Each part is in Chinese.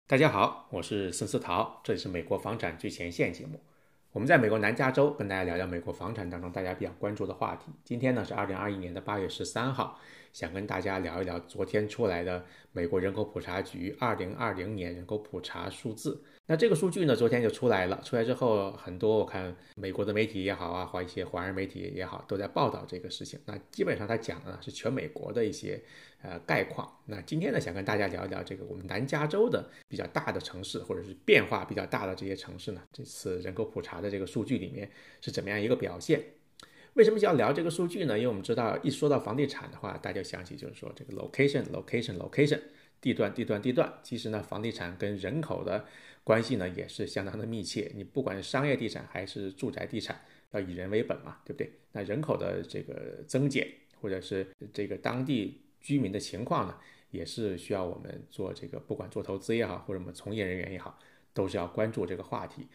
大家好，我是孙思桃，这里是美国房产最前线节目。我们在美国南加州跟大家聊聊美国房产当中大家比较关注的话题。今天呢是2021年的8月13号，想跟大家聊一聊昨天出来的美国人口普查局2020年人口普查数字。那这个数据呢昨天就出来了，出来之后很多我看美国的媒体也好啊，或一些华人媒体也好，都在报道这个事情。那基本上他讲的呢是全美国的一些概况。那今天呢想跟大家聊一聊这个我们南加州的比较大的城市，或者是变化比较大的这些城市呢，这次人口普查的这个数据里面是怎么样一个表现。为什么要聊这个数据呢？因为我们知道一说到房地产的话，大家想起就是说这个 location， 地段。其实呢，房地产跟人口的关系呢也是相当的密切。你不管是商业地产还是住宅地产，要以人为本嘛，对不对？那人口的这个增减，或者是这个当地居民的情况呢，也是需要我们做这个，不管做投资也好，或者我们从业人员也好，都是要关注这个话题。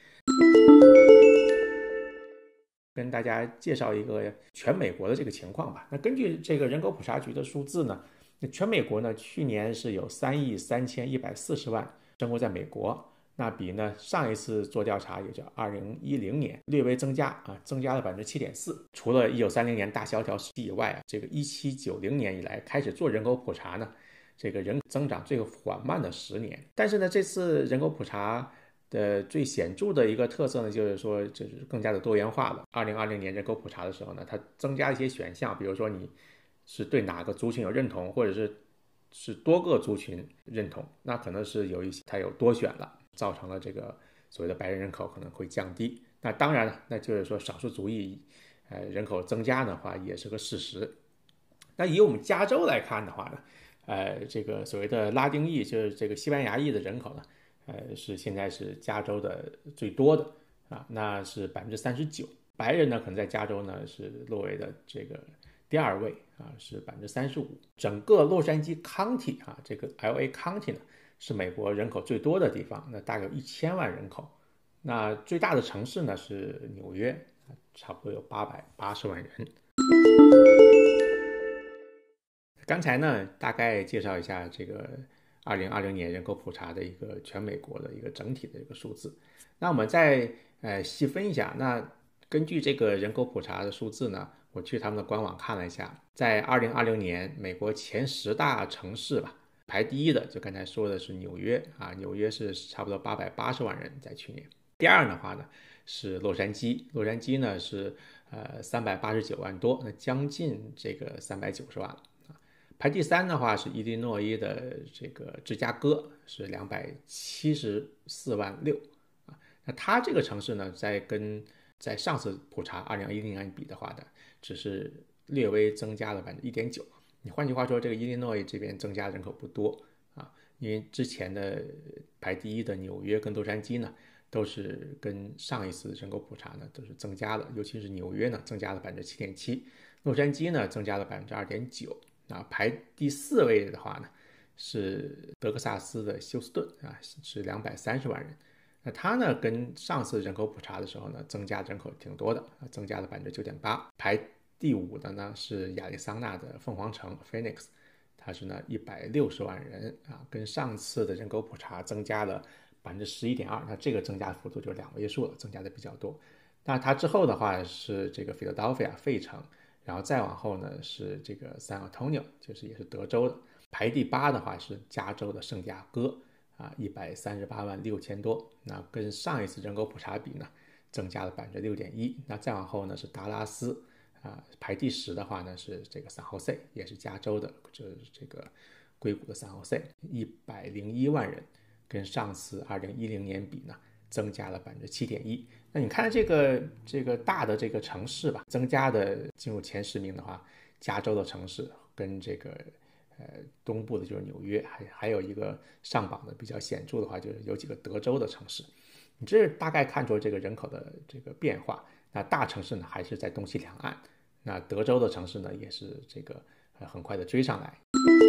跟大家介绍一个全美国的这个情况吧。那根据这个人口普查局的数字呢，全美国呢去年是有3.3140亿生活在美国，那比呢上一次做调查也叫2010年略微增加增加了7.4%。除了1930年大萧条时期以外这个1790年以来开始做人口普查呢，这个人增长最缓慢的10年。但是呢，这次人口普查的最显著的一个特色呢，就是说这是更加的多元化了。2020年人口普查的时候呢，它增加了一些选项，比如说你是对哪个族群有认同，或者是多个族群认同，那可能是有一些它有多选了，造成了这个所谓的白人人口可能会降低。那当然了，那就是说少数族裔人口增加的话也是个事实。那以我们加州来看的话呢，这个所谓的拉丁裔，就是这个西班牙裔的人口呢，是现在是加州的最多的那是39%。白人呢，可能在加州呢是落位的这个第2位是35%。整个洛杉矶 County 这个 LA County 呢是美国人口最多的地方，那大概有1000万人口。那最大的城市呢是纽约，差不多有880万人。刚才呢大概介绍一下这个2020年人口普查的一个全美国的一个整体的一个数字。那我们再细分一下，那根据这个人口普查的数字呢，我去他们的官网看了一下，在2020年美国前10大城市吧，排第一的就刚才说的是纽约纽约是差不多880万人在去年。第2的话呢是洛杉矶，洛杉矶呢是389万多，那将近这个390万了。排第3的话是伊利诺伊的这个芝加哥，是274万6那它这个城市呢，在上次普查2010年比的话呢，只是略微增加了1.9%。你换句话说，这个伊利诺伊这边增加人口不多因为之前的排第一的纽约跟洛杉矶呢，都是跟上一次人口普查呢都是增加了，尤其是纽约呢增加了7.7%，洛杉矶呢增加了2.9%。排第4位的话呢是德克萨斯的休斯顿是230万人。那它呢跟上次人口普查的时候呢增加人口挺多的增加了9.8%。排第5的呢是亚利桑那的凤凰城 Phoenix， 它是呢160万人跟上次的人口普查增加了11.2%。那这个增加幅度就2位数了，增加的比较多。那它之后的话是这个 Philadelphia 费城，然后再往后呢是这个 San Antonio， 就是也是德州的。排第8的话是加州的圣地亚哥138万6千多。那跟上一次人口普查比呢增加了6.1%。那再往后呢是达拉斯排第10的话呢是这个San Jose，也是加州的，就是这个硅谷的San Jose， 101万人，跟上次2010年比呢增加了7.1%。那你看这个大的这个城市吧，增加的进入前10名的话，加州的城市跟这个东部的就是纽约，还有一个上榜的比较显著的话，就是有几个德州的城市。你这大概看出这个人口的这个变化。那大城市呢还是在东西两岸，那德州的城市呢也是这个很快的追上来。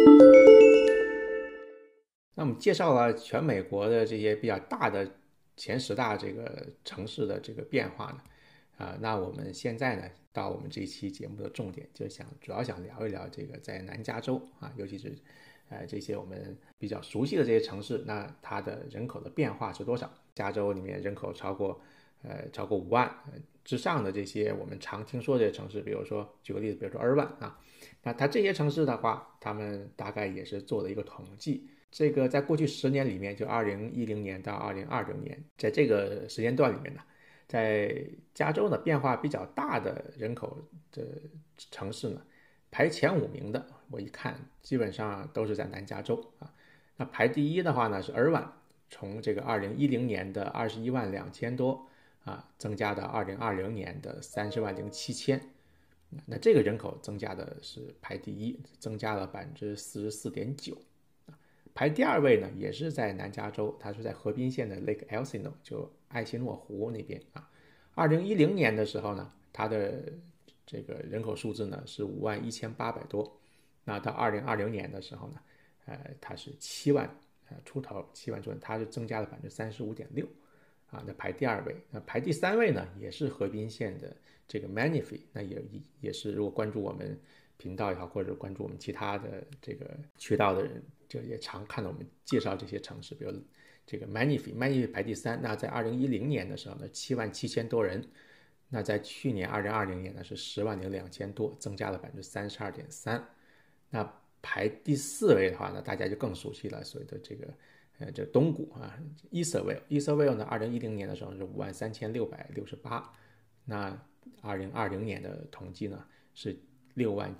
那我们介绍了全美国的这些比较大的前10大这个城市的这个变化呢那我们现在呢到我们这一期节目的重点，就主要想聊一聊这个在南加州尤其是这些我们比较熟悉的这些城市，那它的人口的变化是多少？加州里面人口超过5万之上的这些我们常听说的这些城市，比如说举个例子，比如说尔湾啊，那它这些城市的话，他们大概也是做了一个统计。这个在过去10年里面，就2010年到2020年，在这个时间段里面呢，在加州呢变化比较大的人口的城市呢，排前5名的，我一看基本上都是在南加州啊。那排第一的话呢是尔湾，从这个2010年的21万2千多啊，增加到2020年的30万7千。那这个人口增加的是排第一，增加了44.9%。排第二位呢，也是在南加州，它是在河滨县的 Lake Elsinore， 就艾希诺湖那边啊。2010年的时候呢，它的这个人口数字呢是5万1800多，那到2020年的时候呢，它是7万出头，7万出头，它是增加了35.6%啊。那排第二位，那排第三位呢，也是河滨县的这个 Menifee， 那也是如果关注我们频道也好，或者关注我们其他的这个渠道的人，就也常看到我们介绍这些城市，比如这个 Menifee 排第三。那在2010年的时候呢，7万7千多人，那在去年2020年呢是10万2千多，增加了32.3%。那排第四位的话呢，大家就更熟悉了，所谓的这东谷啊 ，Easterville 呢，2010年的时候是5万3668，那2020年的统计呢是6万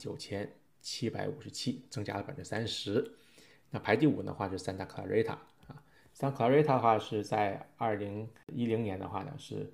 9757，增加了30%。那排第5的话是 Santa Clarita 啊 ，Santa Clarita 的话是在2010年的话呢是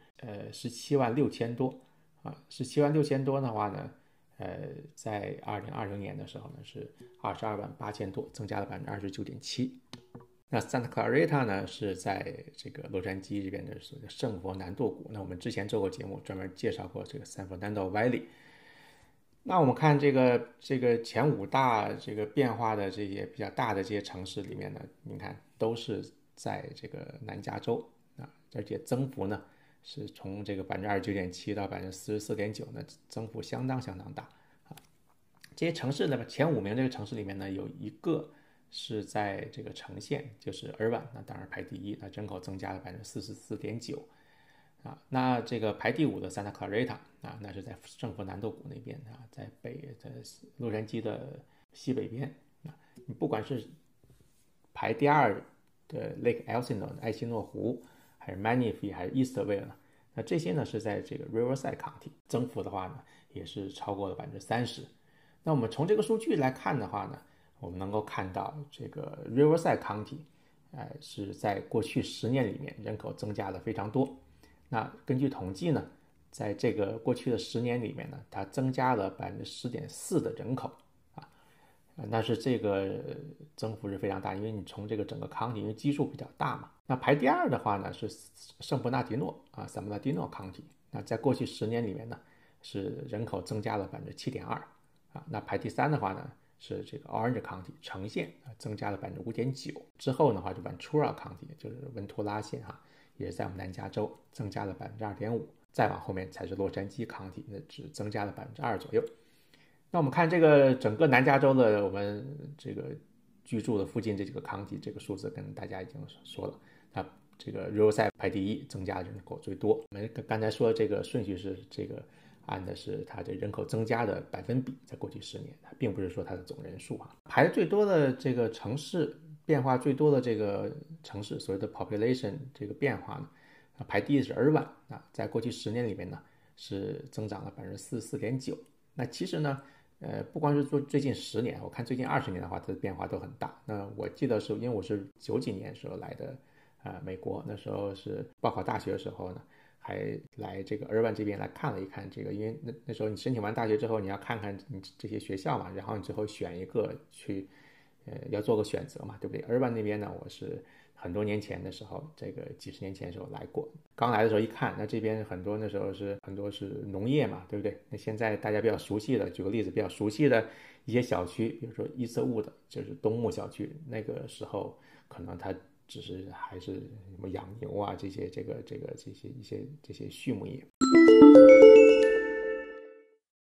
17万6千多啊，17万6千多的话呢，在2020年的时候呢是22万8千多，增加了29.7%。那 Santa Clarita 呢是在这个洛杉矶这边的所谓的圣佛南渡谷。那我们之前做过节目，专门介绍过这个 San Fernando Valley。那我们看这个前5大这个变化的这些比较大的这些城市里面呢，你看都是在这个南加州啊，而且增幅呢是从这个29.7%到44.9%，那增幅相当大啊。这些城市呢，前5名这个城市里面呢，有一个是在这个城县，就是尔湾，那当然排第一，那人口增加了44.9%。啊，那这个排第5的 Santa Clarita 啊，那是在圣佛南斗谷那边啊，在洛杉矶的西北边啊。你不管是排第2的 Lake Elsinore 艾希诺湖，还是 Menifee， 还是 Easterville 呢，那这些呢是在这个 Riverside County， 增幅的话呢也是超过了30%。那我们从这个数据来看的话呢，我们能够看到这个 Riverside County， 是在过去10年里面人口增加的非常多。那根据统计呢，在这个过去的10年里面呢，它增加了10.4%的人口啊，但是这个增幅是非常大，因为你从这个整个 county， 因为基数比较大嘛。那排第2的话呢是圣伯纳迪诺啊 ，San Bernardino County， 那在过去10年里面呢，是人口增加了7.2%啊。那排第3的话呢是这个 Orange County 城县啊，增加了5.9%。之后的话就 Ventura County， 就是文图拉县哈。也是在我们南加州增加了2.5%，再往后面才是洛杉矶 County， 那只增加了2%左右。那我们看这个整个南加州的我们这个居住的附近这几个 County， 这个数字跟大家已经说了。那这个 Riverside 排第1，增加的人口最多。我们刚才说这个顺序是这个按的是它的人口增加的百分比，在过去10年，并不是说它的总人数啊。排最多的这个城市。变化最多的这个城市，所谓的 population 这个变化呢，排第1是尔湾啊，在过去10年里面呢是增长了44.9%。那其实呢，不光是做最近10年，我看最近20年的话，它的变化都很大。那我记得是因为我是90几年时候来的美国，那时候是报考大学的时候呢，还来这个尔湾这边来看了一看这个，因为那时候你申请完大学之后，你要看看你这些学校嘛，然后你最后选一个去。要做个选择嘛，对不对？尔湾那边呢，我是很多年前的时候，这个几十年前的时候来过。刚来的时候一看，那这边很多那时候是很多是农业嘛，对不对？那现在大家比较熟悉的，举个例子，比较熟悉的一些小区，比如说Eastwood，就是东木小区，那个时候可能它只是还是什么养牛啊这些这些畜牧业。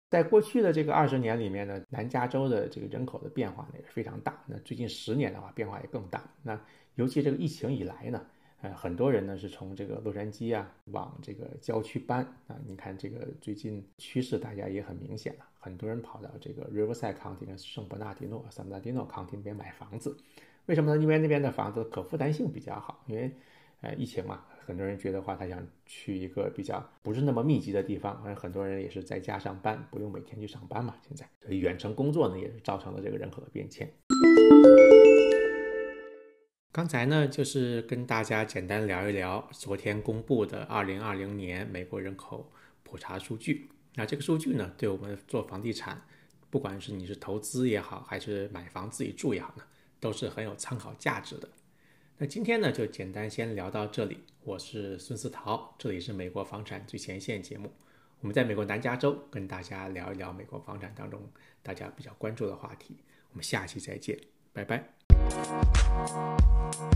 在过去的这个20年里面呢，南加州的这个人口的变化呢也是非常大。那最近10年的话，变化也更大。那尤其这个疫情以来呢，很多人呢是从这个洛杉矶啊往这个郊区搬啊。你看这个最近趋势，大家也很明显了，很多人跑到这个 Riverside County 跟圣伯纳迪诺 San Bernardino County 那边买房子。为什么呢？因为那边的房子可负担性比较好，因为疫情嘛，很多人觉得话他想去一个比较不是那么密集的地方，很多人也是在家上班，不用每天去上班嘛。现在所以远程工作呢，也是造成了这个人口的变迁。刚才呢，就是跟大家简单聊一聊昨天公布的2020年美国人口普查数据。那这个数据呢，对我们做房地产，不管是你是投资也好，还是买房自己住也好呢，都是很有参考价值的。那今天呢，就简单先聊到这里。我是孙思陶，这里是美国房产最前线节目。我们在美国南加州跟大家聊一聊美国房产当中大家比较关注的话题。我们下期再见，拜拜。